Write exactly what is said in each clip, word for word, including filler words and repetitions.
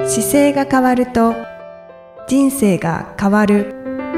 姿勢が変わると人生が変わる。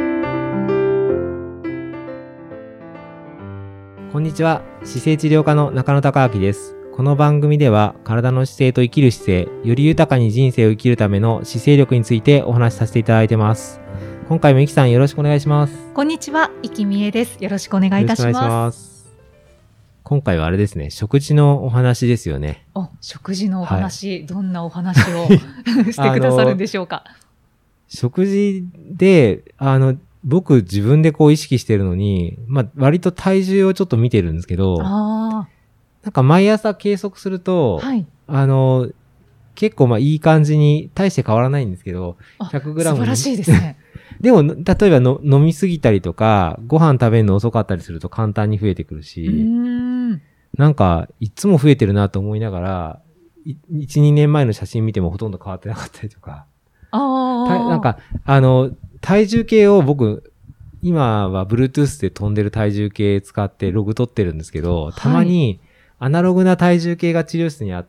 こんにちは。姿勢治療科の中野孝明です。この番組では体の姿勢と生きる姿勢、より豊かに人生を生きるための姿勢力についてお話しさせていただいてます。今回もいきさんよろしくお願いします。 こんにちは、いきみえです。よろしくお願いいたします。よろしくお願いします。 今回はあれですね、食事のお話ですよね。 お、食事のお話、はい、どんなお話をしてくださるんでしょうか。 食事で、あの、僕自分でこう意識してるのに、まあ割と体重をちょっと見てるんですけど、 あなんか毎朝計測すると、はい、あの、結構まあいい感じに、大して変わらないんですけど、ひゃくグラム。 素晴らしいですね。 でも、例えばの飲みすぎたりとか、ご飯食べるの遅かったりすると簡単に増えてくるし、うーんなんか、いつも増えてるなと思いながら、いち、にねんまえの写真見てもほとんど変わってなかったりとか、 あなんか、あの、体重計を僕、今は Bluetooth で飛んでる体重計使ってログ取ってるんですけど、たまにアナログな体重計が治療室にあって、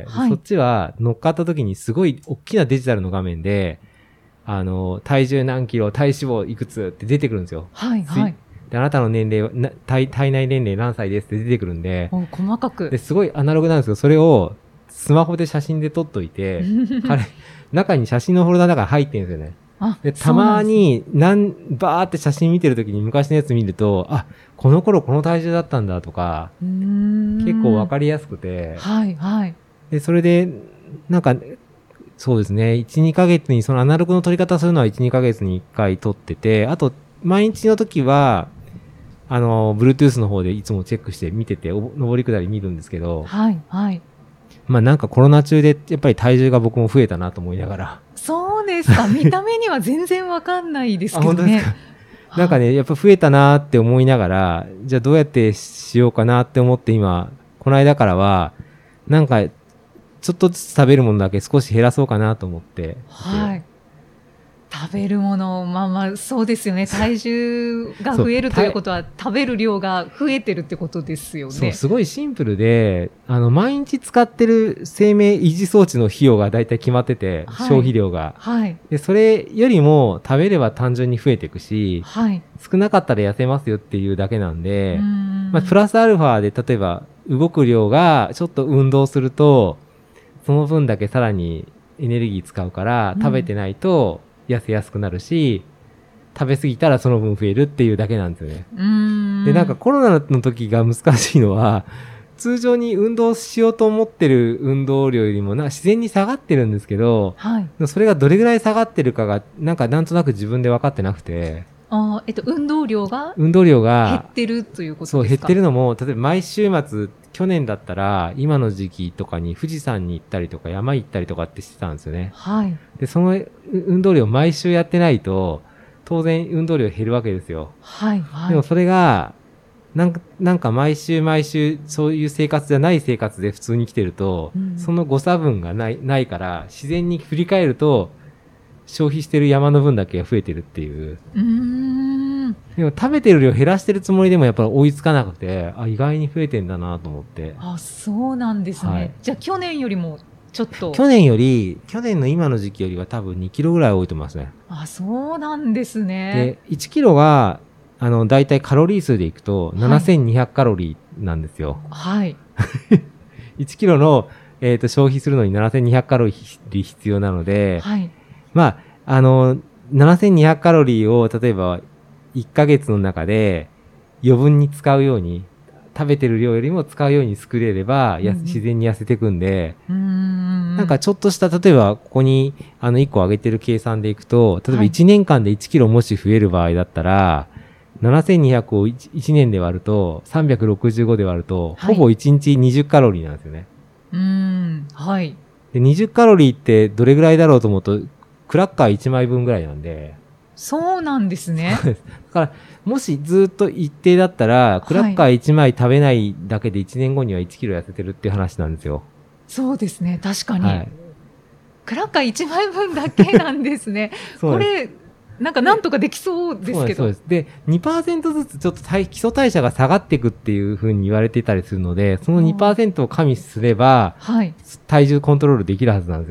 はい、そっちは乗っかった時にすごい大きなデジタルの画面で、あの、体重何キロ、体脂肪いくつって出てくるんですよ。 はいはい。 で、あなたの年齢は、体、体内年齢何歳ですって出てくるんで、 細かく。 で、すごいアナログなんですけど、それをスマホで写真で撮っといて、彼、中に写真のフォルダの中に入ってるんですよね。 でたまに、なん、バーって写真見てるときに昔のやつ見ると、あ、この頃この体重だったんだとか、結構わかりやすくて、 はいはい。 で、それで、なんか、そうですね、いち、にかげつに、そのアナログの撮り方するのはいち、にかげつにいっかい撮ってて、あと、毎日の時は、あの、Bluetooth の方でいつもチェックして見てて、上り下り見るんですけど、 はいはい。 まあなんかコロナ中でやっぱり体重が僕も増えたなと思いながら。 そうですか。見た目には全然わかんないですけどね。 あ、本当ですか。なんかね、やっぱ増えたなって思いながら、じゃあどうやってしようかなって思って今、この間からは、なんか、ちょっとずつ食べるものだけ少し減らそうかなと思って。 はい。食べるもの、まあまあ、そうですよね。体重が増えるということは、食べる量が増えてるってことですよね。 そう、すごいシンプルで、あの、毎日使ってる生命維持装置の費用がだいたい決まってて、はい、消費量が。 はい。 で、それよりも食べれば単純に増えていくし、 はい。 少なかったら痩せますよっていうだけなんで、んまあ、プラスアルファで、例えば、動く量がちょっと運動すると、その分だけさらにエネルギー使うから、食べてないと痩せやすくなるし、うん、食べ過ぎたらその分増えるっていうだけなんですよね。 うーんで、 なんかコロナの時が難しいのは、通常に運動しようと思ってる運動量よりもな自然に下がってるんですけど、 はい、 それがどれぐらい下がってるかが、なんかなんとなく自分で分かってなくて。 あえっと、運動量が運動量が減ってるということですか？ そう、減ってるのも、例えば毎週末、去年だったら、今の時期とかに富士山に行ったりとか山行ったりとかってしてたんですよね。 はい。 で、その運動量毎週やってないと、当然運動量減るわけですよ。 はい、はい。 でもそれが、なんか、なんか毎週毎週そういう生活じゃない生活で普通に来てると、うん、その誤差分がない、ないから、自然に振り返ると、消費してる山の分だけが増えてるっていう。 うーんでも食べてる量減らしてるつもりでもやっぱり追いつかなくて、あ、意外に増えてんだなと思って。 あ、そうなんですね。はい、じゃあ去年よりもちょっと。 去年より、去年の今の時期よりは多分にキロぐらい多いと思いますね。 あ、そうなんですね。 で、いちキロが、あの、だいたいカロリー数でいくとななせんにひゃくカロリーなんですよ。 はい。 いちキロの、えっと、消費するのにななせんにひゃくカロリー必要なので、 はい。 まあ、あの、ななせんにひゃくカロリーを例えばいっかげつの中で余分に使うように、食べてる量よりも使うように作れれば、うん、自然に痩せていくんで、 うーんなんかちょっとした、例えばここにあのいっこ上げてる計算でいくと、例えばいちねんかんでいちキロもし増える場合だったら、はい、ななせんにひゃくを 1, いちねんで割ると、さんびゃくろくじゅうごで割ると、はい、ほぼいちにちにじゅうカロリーなんですよね。 うーん、はい。 で、にじゅうカロリーってどれぐらいだろうと思うと、クラッカーいちまいぶんぐらいなんで。 そうなんですね。 そうです。だから、もしずっと一定だったら、クラッカーいちまい食べないだけでいちねんごにはいちキロ痩せてるっていう話なんですよ。 そうですね、確かに。 はい、 クラッカーいちまいぶんだけなんですね。これ、なんかなんとかできそうですけど。 そうです。で、にパーセントずつちょっと基礎代謝が下がっていくっていう風に言われてたりするので、その にパーセント を加味すれば、はい、体重コントロールできるはずなんですよね。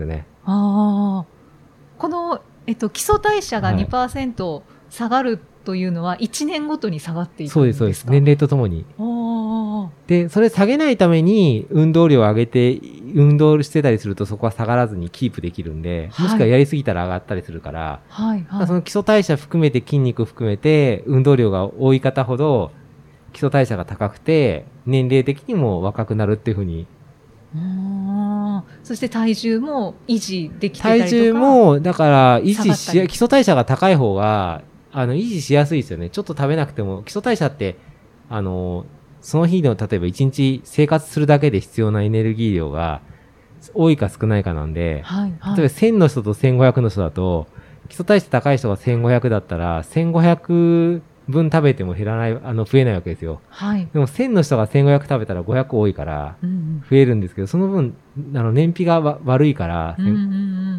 ああ、この、えっと、基礎代謝がはいにパーセント下がるというのはいちねんごとに下がっていくそうです、そうんでか？ ですす。年齢とともに。 あで、それ下げないために運動量を上げて、運動してたりするとそこは下がらずにキープできるんで、 はいもしくはやりすぎたら上がったりするから、 あ、はいはい。 その基礎代謝含めて筋肉含めて運動量が多い方ほど基礎代謝が高くて年齢的にも若くなるっていうふうに。 あー、そして体重も維持できてたりとか。 体重もだから維持し下がったり基礎代謝が高い方があの維持しやすいですよね。ちょっと食べなくても基礎代謝ってあのその日の例えばいちにち生活するだけで必要なエネルギー量が多いか少ないかなんで、 はいはい、 例えばせんの人とせんごひゃくの人だと基礎代謝高い人がせんごひゃくだったらせんごひゃくぶん食べても減らない、あの増えないわけですよ。 はい、 でもせんの人がせんごひゃく食べたらごひゃく多いからうん増えるんですけど、その分あの燃費がわ悪いから、 うんうんうん、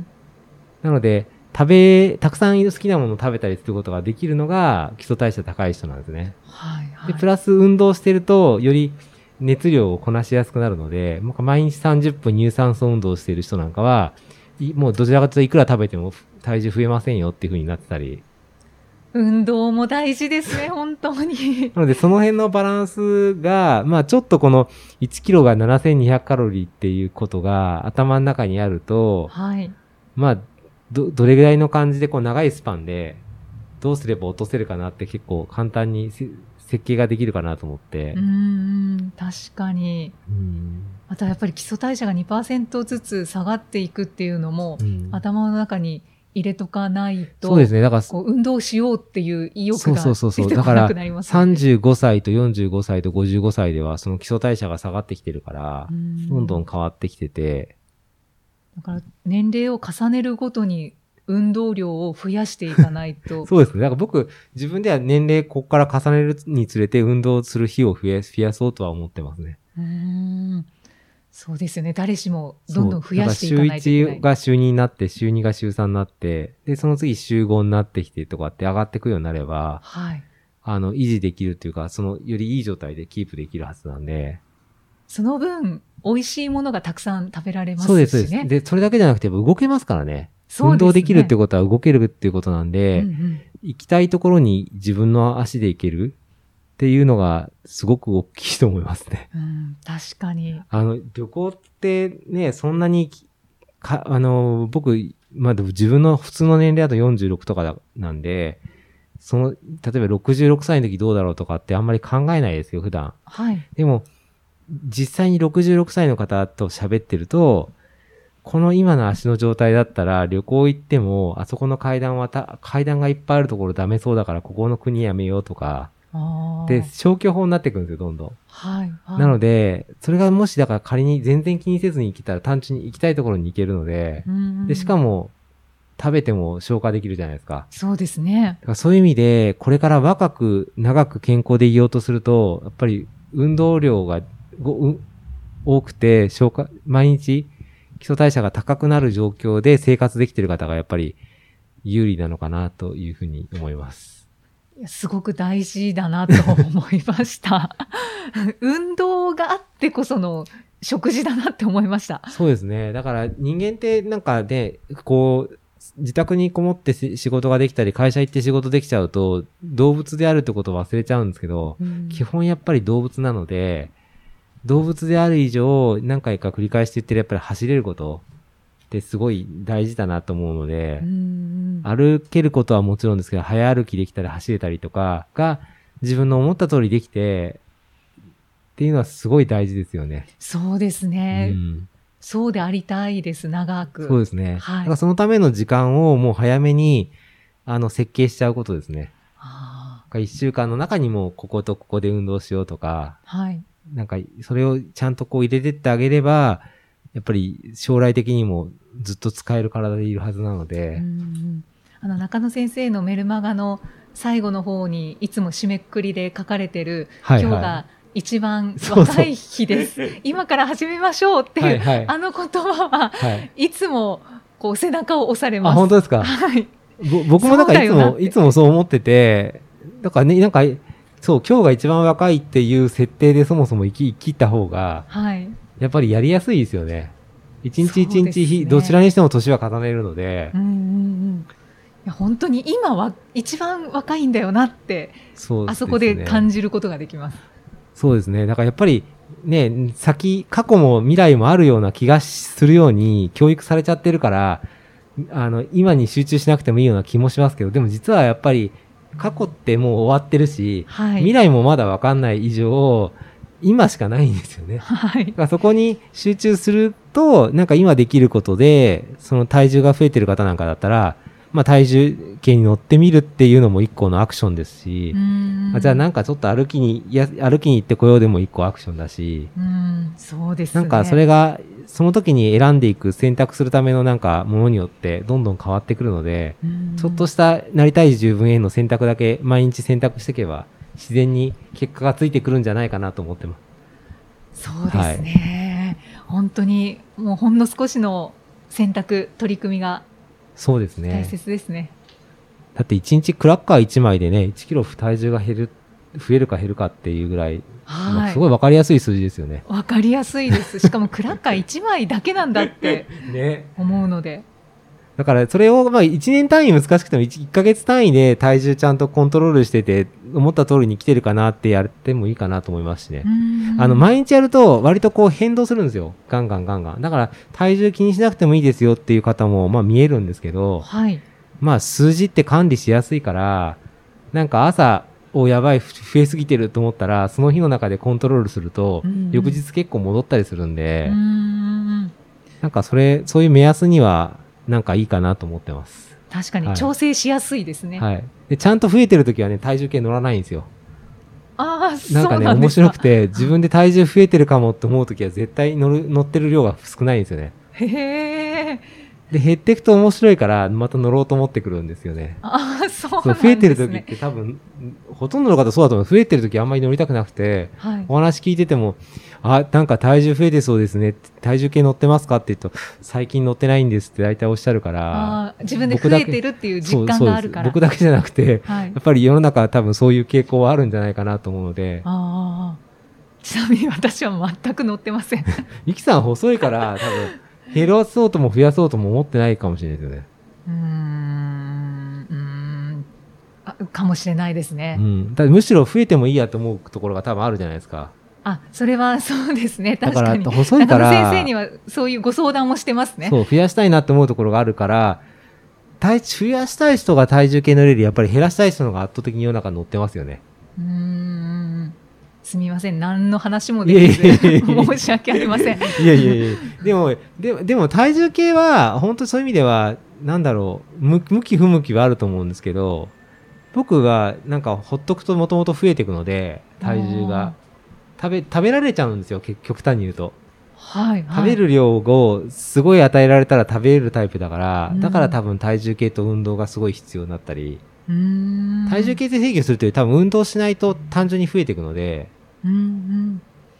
なので食べたくさん好きなものを食べたりすることができるのが基礎代謝高い人なんですね。 はいはい、 でプラス運動してるとより熱量をこなしやすくなるので、もう毎日さんじゅっぷん有酸素運動している人なんかは、もうどちらかというといくら食べても体重増えませんよっていう風になってたり。 運動も大事ですね、本当に。 なのでその辺のバランスが、まあちょっとこのいちキロがななせんにひゃくカロリーっていうことが頭の中にあると、 はい、 まあど、どれぐらいの感じでこう長いスパンでどうすれば落とせるかなって結構簡単に設計ができるかなと思って。 うーん、確かに。 うんあとやっぱり基礎代謝が にパーセント ずつ下がっていくっていうのも、 うん、 頭の中に入れとかないと、 そうですね。だからこう運動しようっていう意欲がそうそうそうそう出てこなくなりますよね。 さんじゅうごさいとよんじゅうごさいとごじゅうごさいではその基礎代謝が下がってきてるから、 うんどんどん変わってきてて。 だから年齢を重ねるごとに運動量を増やしていかないと。 そうですね。だから僕、自分では年齢ここから重ねるにつれて運動する日を増や、増やそうとは思ってますね。 うーん、そうですよね。誰しもどんどん増やしていかないといけ週ない。 いちが週にになって、週にが週さんになって、で、その次週ごになってきてとかって上がっていくようになれば、 はい。 あの、維持できるっていうか、その、よりいい状態でキープできるはずなんで。 その分、美味しいものがたくさん食べられますしね。 そうです、そうです。で、それだけじゃなくて、動けますからね。 そうですね。 運動できるってことは動けるっていうことなんで、 うんうん、 行きたいところに自分の足で行けるっていうのがすごく大きいと思いますね。 うん、確かに。 あの、旅行ってね、そんなに、か、あの、僕、まあ、自分の普通の年齢だとよんじゅうろくとかなんで、その、例えばろくじゅうろくさいの時どうだろうとかってあんまり考えないですよ、普段。 はい。 でも、実際にろくじゅうろくさいの方と喋ってると、この今の足の状態だったら旅行行っても、あそこの階段はた、階段がいっぱいあるところダメそうだからここの国やめようとか、で、消去法になってくるんですよ、どんどん。 はい、はい。 なので、それがもしだから仮に全然気にせずに行けたら単純に行きたいところに行けるので、 うんうん、 で、しかも食べても消化できるじゃないですか。 そうですね。 だからそういう意味で、これから若く長く健康でいようとすると、やっぱり運動量がごう多くて消化、毎日基礎代謝が高くなる状況で生活できている方がやっぱり有利なのかなというふうに思います。 いや、すごく大事だなと思いました。運動があってこその食事だなって思いました。 そうですね。だから人間ってなんかね、こう、自宅にこもって仕事ができたり、会社行って仕事できちゃうと、動物であるってことを忘れちゃうんですけど、うん、基本やっぱり動物なので、動物である以上、何回か繰り返して言ってるやっぱり走れることってすごい大事だなと思うので、うん、歩けることはもちろんですけど、早歩きできたり走れたりとかが自分の思った通りできて、っていうのはすごい大事ですよね。 そうですね。うん、そうでありたいです、長く。 そうですね。 はい、 だからそのための時間をもう早めに、あの、設計しちゃうことですね。いっしゅうかんの中にもこことここで運動しようとか、 はい。 なんか、それをちゃんとこう入れてってあげれば、やっぱり将来的にもずっと使える体でいるはずなので。 うん、あの、中野先生のメルマガの最後の方にいつも締めくくりで書かれてる、はいはい、今日が一番若い日です。そうそう今から始めましょうっていう、はいはい、あの言葉は、はい、いつもこう背中を押されます。 あ、本当ですか。 はい。 僕もなんかいつも、いつもそう思ってて、だからね、なんか、そう、今日が一番若いっていう設定でそもそも生き、生きた方が、はい。やっぱりやりやすいですよね。 一日一日、ね、どちらにしても年は重ねるので、うんうんうん、 いや本当に今は一番若いんだよなって、そうですね、あそこで感じることができます。 そうですね。だからやっぱりね、先、過去も未来もあるような気がするように教育されちゃってるから、あの、今に集中しなくてもいいような気もしますけど、でも実はやっぱり過去ってもう終わってるし、はい、未来もまだわかんない以上、今しかないんですよね。はい。だからそこに集中すると、なんか今できることで、その体重が増えてる方なんかだったら、まあ体重計に乗ってみるっていうのも一個のアクションですし、あじゃあなんかちょっと歩きに、いや、歩きに行ってこようでも一個アクションだし、 うん、そうですね。 なんかそれが、その時に選んでいく選択するためのなんかものによってどんどん変わってくるので、ちょっとしたなりたい自分への選択だけ毎日選択していけば、自然に結果がついてくるんじゃないかなと思ってます。 そうですね。はい、本当にもうほんの少しの選択、取り組みがそうですね。 大切ですね。 だっていちにちクラッカーいちまいでね、いちキロ体重が減る、増えるか減るかっていうぐらい、はい、すごい分かりやすい数字ですよね。 分かりやすいです。しかもクラッカーいちまいだけなんだって思うので。ね、 だからそれをまあいちねん単位難しくても 1, いっかげつ単位で体重ちゃんとコントロールしてて思った通りに来てるかなってやってもいいかなと思いますしね。あの毎日やると割とこう変動するんですよ。ガンガンガンガン。だから体重気にしなくてもいいですよっていう方もまあ見えるんですけど、はい、まあ数字って管理しやすいから、なんか朝おやばい増えすぎてると思ったらその日の中でコントロールすると翌日結構戻ったりするんで、うん、なんかそれそういう目安にはなんかいいかなと思ってます。 確かに調整しやすいですね。 はい。でちゃんと増えてるときはね体重計乗らないんですよ。 ああ、そうなんかね面白くて自分で体重増えてるかもって思うときは絶対乗る乗ってる量が少ないんですよね。 へえ。 で減っていくと面白いからまた乗ろうと思ってくるんですよね。 ああ、そうなんですね。 増えてる時って多分ほとんどの方そうだと思う。増えてる時あんまり乗りたくなくて、はい、お話聞いててもあなんか体重増えてそうですね。体重計乗ってますかって言うと最近乗ってないんですって大体おっしゃるから。 あ自分で増えてるっていう実感があるから。 僕だけじゃなくて、はい、やっぱり世の中は多分そういう傾向はあるんじゃないかなと思うので。 あちなみに私は全く乗ってません。 ゆきさん細いから多分。減らそうとも増やそうとも思ってないかもしれないですよね。 うーん、うーんあかもしれないですね。 うん、だむしろ増えてもいいやと思うところが多分あるじゃないですか。 あ、それはそうですね。確かに。 だから細いから中野先生にはそういうご相談もしてますね。 そう増やしたいなと思うところがあるから、体増やしたい人が体重計乗れるよりやっぱり減らしたい人の方が圧倒的に世の中乗ってますよね。 うーん。すみません。何の話もできず申し訳ありません。 いやいやいや。でも、でも、でも体重計は、本当にそういう意味では、なんだろう、向き不向きはあると思うんですけど、僕がなんかほっとくともともと増えていくので、体重が。食べ、食べられちゃうんですよ、極端に言うと。 はい、はい。 食べる量をすごい与えられたら食べれるタイプだから、うん、だから多分体重計と運動がすごい必要になったり、うーん体重計で制御するというより多分運動しないと単純に増えていくので、うんうん、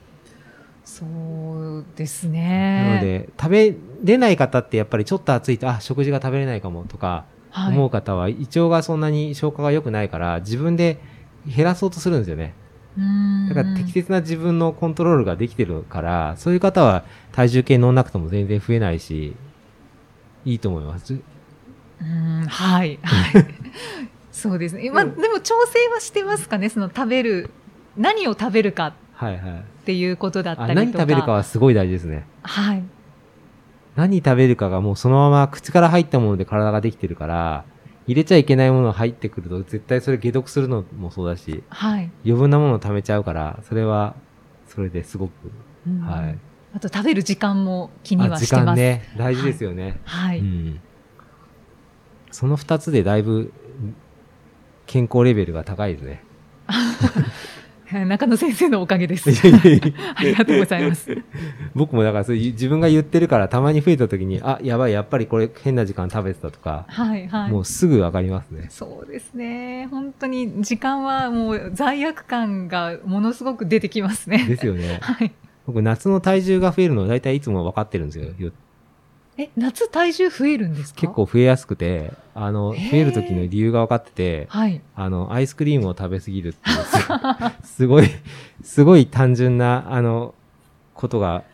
そうですね。 なので食べれない方ってやっぱりちょっと暑いとあ食事が食べれないかもとか思う方は、はい、胃腸がそんなに消化が良くないから自分で減らそうとするんですよね。うんだから適切な自分のコントロールができてるからそういう方は体重計乗んなくても全然増えないしいいと思います。 うんはいはいそうですね。まあ、でも調整はしてますかね。その食べる何を食べるかっていうことだったりとか、 はいはい、何食べるかはすごい大事ですね。 はい。 何食べるかがもうそのまま口から入ったもので体ができてるから入れちゃいけないものが入ってくると絶対それ解毒するのもそうだし、はい、余分なものを食べちゃうからそれはそれですごく、 うんはい、あと食べる時間も気にはしてます。 時間ね大事ですよね。 はい、はいうん、 そのふたつでだいぶ健康レベルが高いですね。 中野先生のおかげです。ありがとうございます。 僕もだからそういう自分が言ってるからたまに増えた時にあやばいやっぱりこれ変な時間食べてたとか、はいはい、もうすぐわかりますね。 そうですね。本当に時間はもう罪悪感がものすごく出てきますね。 ですよね。 はい、 僕夏の体重が増えるのだいたいいつも分かってるんですよ。 え夏体重増えるんですか？ 結構増えやすくてあの増える時の理由が分かってて、はい、あのアイスクリームを食べ過ぎるっていうすごいすごい単純なあのことが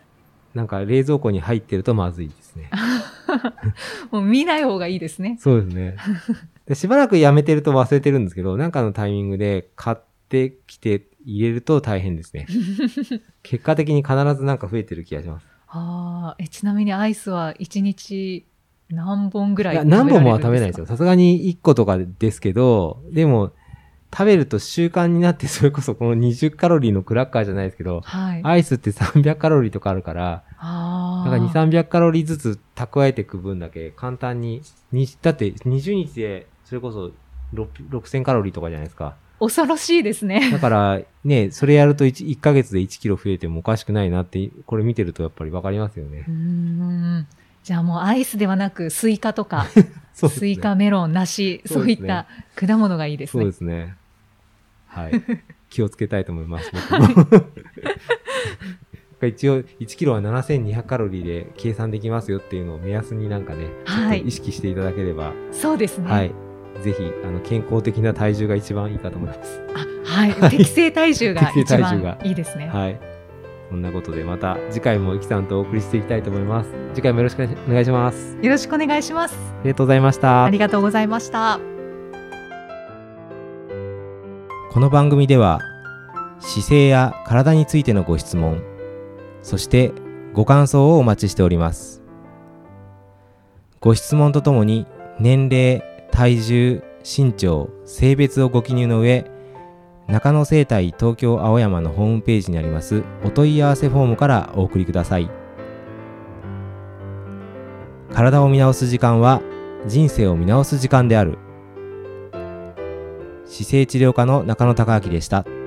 なんか冷蔵庫に入ってるとまずいですね。 もう見ない方がいいですね。 そうですね。でしばらくやめてると忘れてるんですけど、なんかのタイミングで買ってきて入れると大変ですね。結果的に必ずなんか増えてる気がします。 あえちなみにアイスはいちにち何本ぐらいいや食べられるんですか？ 何本もは食べないですよ。さすがにいっことかですけど、でも食べると習慣になって、それこそこのにじゅうカロリーのクラッカーじゃないですけど、 はい、 アイスってさんびゃくカロリーとかあるから、 あだからにひゃく、さんびゃくカロリーずつ蓄えていく分だけ簡単に、にだってにじゅうにちでそれこそろくせんカロリーとかじゃないですか。 恐ろしいですね。 だからね、それやると 1, いっかげつでいちキロ増えてもおかしくないなって、これ見てるとやっぱりわかりますよね。 うーん、じゃあもうアイスではなくスイカとか、 そうですね、 スイカ、メロン、梨、そういった果物がいいですね。 そうですね。はい。気をつけたいと思います。僕も一応いちキロはななせんにひゃくカロリーで計算できますよっていうのを目安になんかね、 はい、 ちょっと意識していただければ。 そうですね。 はい。ぜひ、あの、健康的な体重が一番いいかと思います。 あ、はい。適正体重が一番いいですね。 はい。そんなことで、また次回もイキさんとお送りしていきたいと思います。次回もよろしくお願いします。 よろしくお願いします。 ありがとうございました。 ありがとうございました。 この番組では、姿勢や体についてのご質問、そしてご感想をお待ちしております。ご質問とともに年齢、体重、身長、性別をご記入の上、中野生態東京青山のホームページにありますお問い合わせフォームからお送りください。体を見直す時間は人生を見直す時間である。姿勢治療科の中野孝明でした。